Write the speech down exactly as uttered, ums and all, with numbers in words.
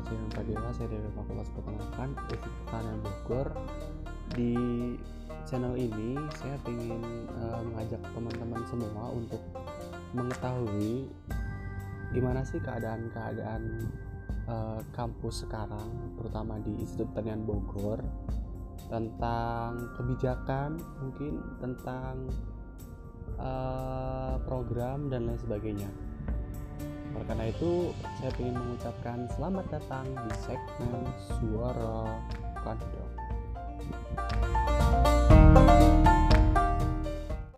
saya Iwan Pradila, saya dari Fakultas Peternakan Institut Pertanian Bogor. Di channel ini saya ingin uh, mengajak teman-teman semua untuk mengetahui gimana sih keadaan-keadaan uh, kampus sekarang, terutama di Institut Pertanian Bogor, tentang kebijakan, mungkin tentang uh, program dan lain sebagainya. Oleh karena itu, saya ingin mengucapkan selamat datang di segmen Suara Kandang.